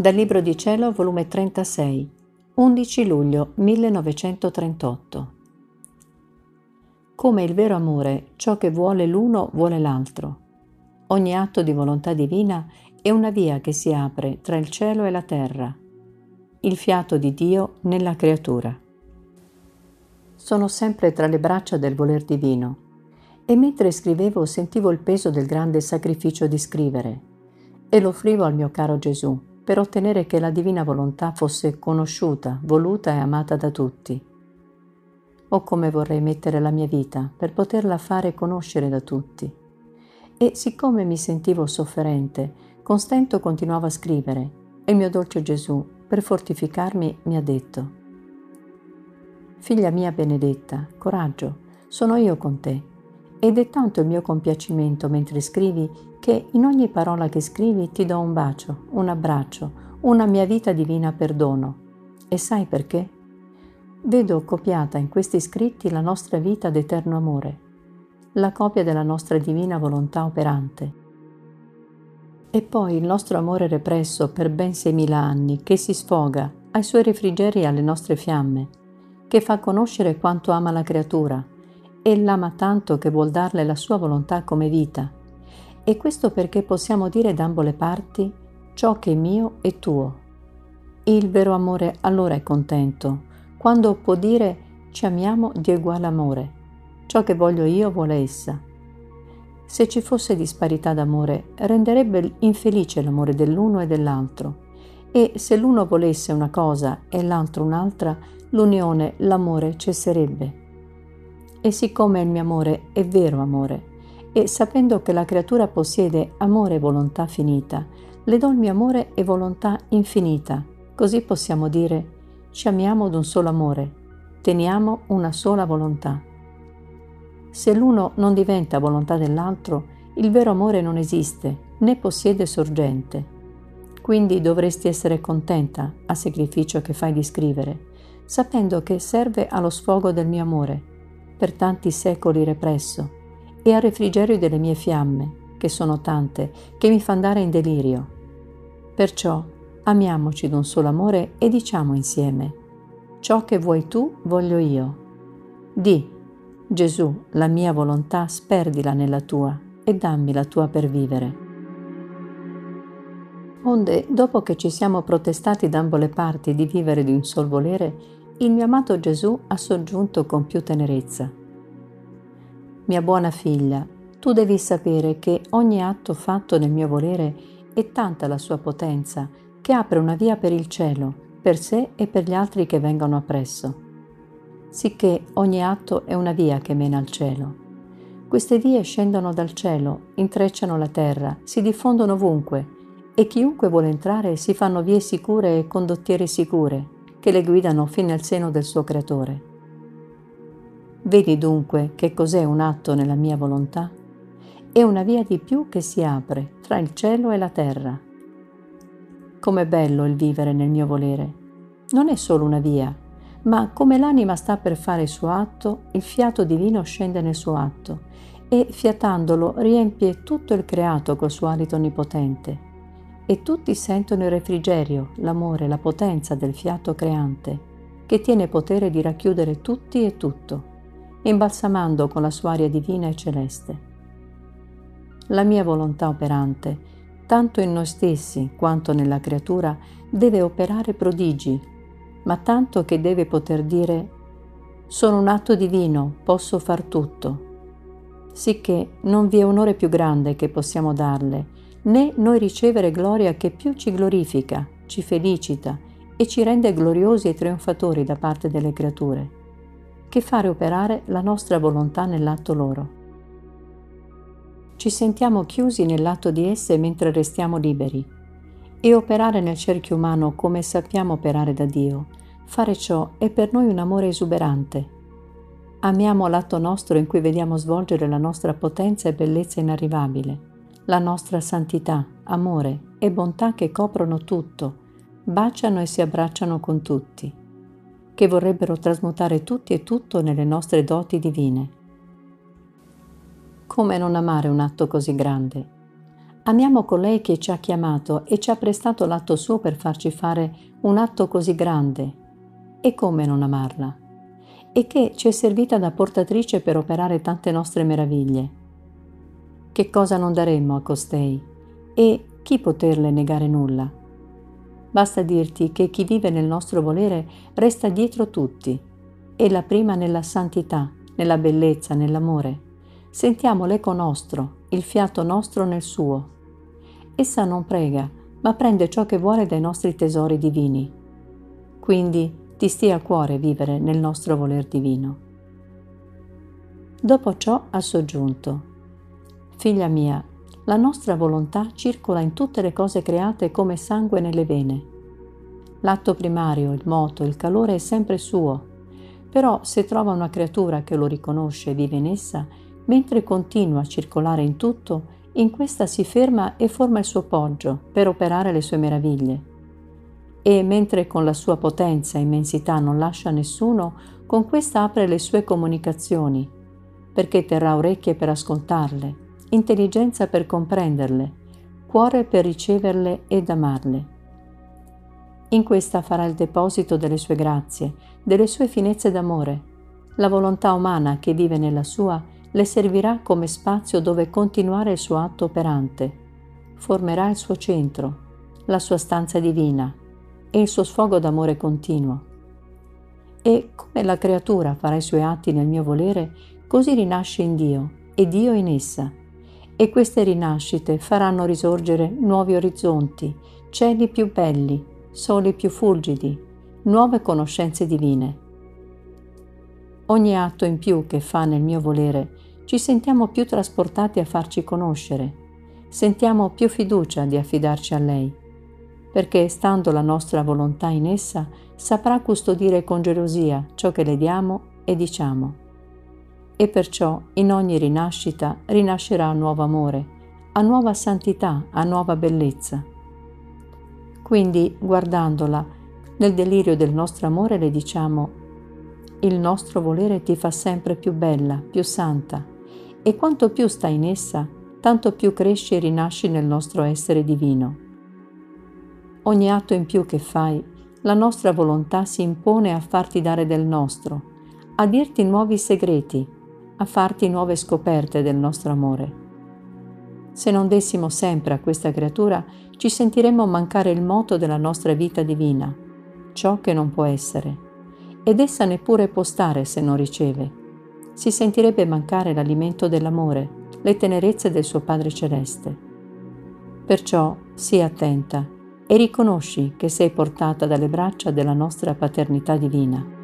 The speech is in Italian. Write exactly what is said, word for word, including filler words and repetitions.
Dal Libro di Cielo, volume trentasei, undici luglio millenovecentotrentotto. Come il vero amore, ciò che vuole l'uno vuole l'altro. Ogni atto di volontà divina è una via che si apre tra il cielo e la terra, il fiato di Dio nella creatura. Sono sempre tra le braccia del voler divino, e mentre scrivevo sentivo il peso del grande sacrificio di scrivere, e lo offrivo al mio caro Gesù, per ottenere che la divina volontà fosse conosciuta, voluta e amata da tutti. Oh, come vorrei mettere la mia vita per poterla fare conoscere da tutti. E siccome mi sentivo sofferente, con stento continuavo a scrivere, e il mio dolce Gesù, per fortificarmi, mi ha detto: «Figlia mia benedetta, coraggio, sono io con te, ed è tanto il mio compiacimento mentre scrivi che in ogni parola che scrivi ti do un bacio, un abbraccio, una mia vita divina perdono. E sai perché? Vedo copiata in questi scritti la nostra vita d'eterno amore, la copia della nostra divina volontà operante. E poi il nostro amore represso per ben seimila anni che si sfoga ai suoi refrigeri e alle nostre fiamme, che fa conoscere quanto ama la creatura, e l'ama tanto che vuol darle la sua volontà come vita. E questo perché possiamo dire da ambo le parti: ciò che è mio è tuo. Il vero amore allora è contento, quando può dire: ci amiamo di uguale amore, ciò che voglio io vuole essa. Se ci fosse disparità d'amore, renderebbe infelice l'amore dell'uno e dell'altro, e se l'uno volesse una cosa e l'altro un'altra, l'unione, l'amore cesserebbe. E siccome il mio amore è vero amore, e sapendo che la creatura possiede amore e volontà finita, le do il mio amore e volontà infinita, così possiamo dire: ci amiamo d'un solo amore, teniamo una sola volontà. Se l'uno non diventa volontà dell'altro, il vero amore non esiste, né possiede sorgente. Quindi dovresti essere contenta al sacrificio che fai di scrivere, sapendo che serve allo sfogo del mio amore, per tanti secoli represso, e al refrigerio delle mie fiamme, che sono tante, che mi fa andare in delirio. Perciò amiamoci d'un solo amore e diciamo insieme: ciò che vuoi tu voglio io. Di, Gesù, la mia volontà sperdila nella tua e dammi la tua per vivere. Onde, dopo che ci siamo protestati d'ambo le parti di vivere di un sol volere, il mio amato Gesù ha soggiunto con più tenerezza: mia buona figlia, tu devi sapere che ogni atto fatto nel mio volere è tanta la sua potenza che apre una via per il cielo, per sé e per gli altri che vengono appresso. Sicché ogni atto è una via che mena al cielo. Queste vie scendono dal cielo, intrecciano la terra, si diffondono ovunque, e chiunque vuole entrare si fanno vie sicure e condottiere sicure, che le guidano fino al seno del suo creatore. Vedi dunque che cos'è un atto nella mia volontà? È una via di più che si apre tra il cielo e la terra. Com'è bello il vivere nel mio volere! Non è solo una via, ma come l'anima sta per fare il suo atto, il fiato divino scende nel suo atto e, fiatandolo, riempie tutto il creato col suo alito onnipotente. E tutti sentono il refrigerio, l'amore, la potenza del fiato creante, che tiene potere di racchiudere tutti e tutto, imbalsamando con la sua aria divina e celeste. La mia volontà operante, tanto in noi stessi quanto nella creatura, deve operare prodigi, ma tanto che deve poter dire: sono un atto divino, posso far tutto. Sicché non vi è onore più grande che possiamo darle, né noi ricevere gloria che più ci glorifica, ci felicita e ci rende gloriosi e trionfatori da parte delle creature, che fare operare la nostra volontà nell'atto loro. Ci sentiamo chiusi nell'atto di esse mentre restiamo liberi, e operare nel cerchio umano come sappiamo operare da Dio, fare ciò è per noi un amore esuberante. Amiamo l'atto nostro in cui vediamo svolgere la nostra potenza e bellezza inarrivabile, la nostra santità, amore e bontà che coprono tutto, baciano e si abbracciano con tutti, che vorrebbero trasmutare tutti e tutto nelle nostre doti divine. Come non amare un atto così grande? Amiamo colei che ci ha chiamato e ci ha prestato l'atto suo per farci fare un atto così grande. E come non amarla? E che ci è servita da portatrice per operare tante nostre meraviglie. Che cosa non daremmo a costei? E chi poterle negare nulla? Basta dirti che chi vive nel nostro volere resta dietro tutti, e la prima nella santità, nella bellezza, nell'amore. Sentiamo l'eco nostro, il fiato nostro nel suo. Essa non prega, ma prende ciò che vuole dai nostri tesori divini. Quindi ti stia a cuore vivere nel nostro voler divino. Dopo ciò ha soggiunto: Figlia mia, la nostra volontà circola in tutte le cose create come sangue nelle vene. L'atto primario, il moto, il calore è sempre suo, però se trova una creatura che lo riconosce e vive in essa, mentre continua a circolare in tutto, in questa si ferma e forma il suo poggio per operare le sue meraviglie. E mentre con la sua potenza e immensità non lascia nessuno, con questa apre le sue comunicazioni, perché terrà orecchie per ascoltarle, intelligenza per comprenderle, cuore per riceverle ed amarle. In questa farà il deposito delle sue grazie, delle sue finezze d'amore. La volontà umana che vive nella sua le servirà come spazio dove continuare il suo atto operante. Formerà il suo centro, la sua stanza divina e il suo sfogo d'amore continuo. E come la creatura farà i suoi atti nel mio volere, così rinasce in Dio e Dio in essa. E queste rinascite faranno risorgere nuovi orizzonti, cieli più belli, soli più fulgidi, nuove conoscenze divine. Ogni atto in più che fa nel mio volere, ci sentiamo più trasportati a farci conoscere, sentiamo più fiducia di affidarci a lei, perché stando la nostra volontà in essa, saprà custodire con gelosia ciò che le diamo e diciamo. E perciò in ogni rinascita rinascerà a nuovo amore, a nuova santità, a nuova bellezza. Quindi, guardandola, nel delirio del nostro amore le diciamo: il nostro volere ti fa sempre più bella, più santa, e quanto più stai in essa, tanto più cresci e rinasci nel nostro essere divino. Ogni atto in più che fai, la nostra volontà si impone a farti dare del nostro, a dirti nuovi segreti, a farti nuove scoperte del nostro amore. Se non dessimo sempre a questa creatura, ci sentiremmo mancare il moto della nostra vita divina, ciò che non può essere, ed essa neppure può stare se non riceve. Si sentirebbe mancare l'alimento dell'amore, le tenerezze del suo Padre Celeste. Perciò sii attenta e riconosci che sei portata dalle braccia della nostra paternità divina.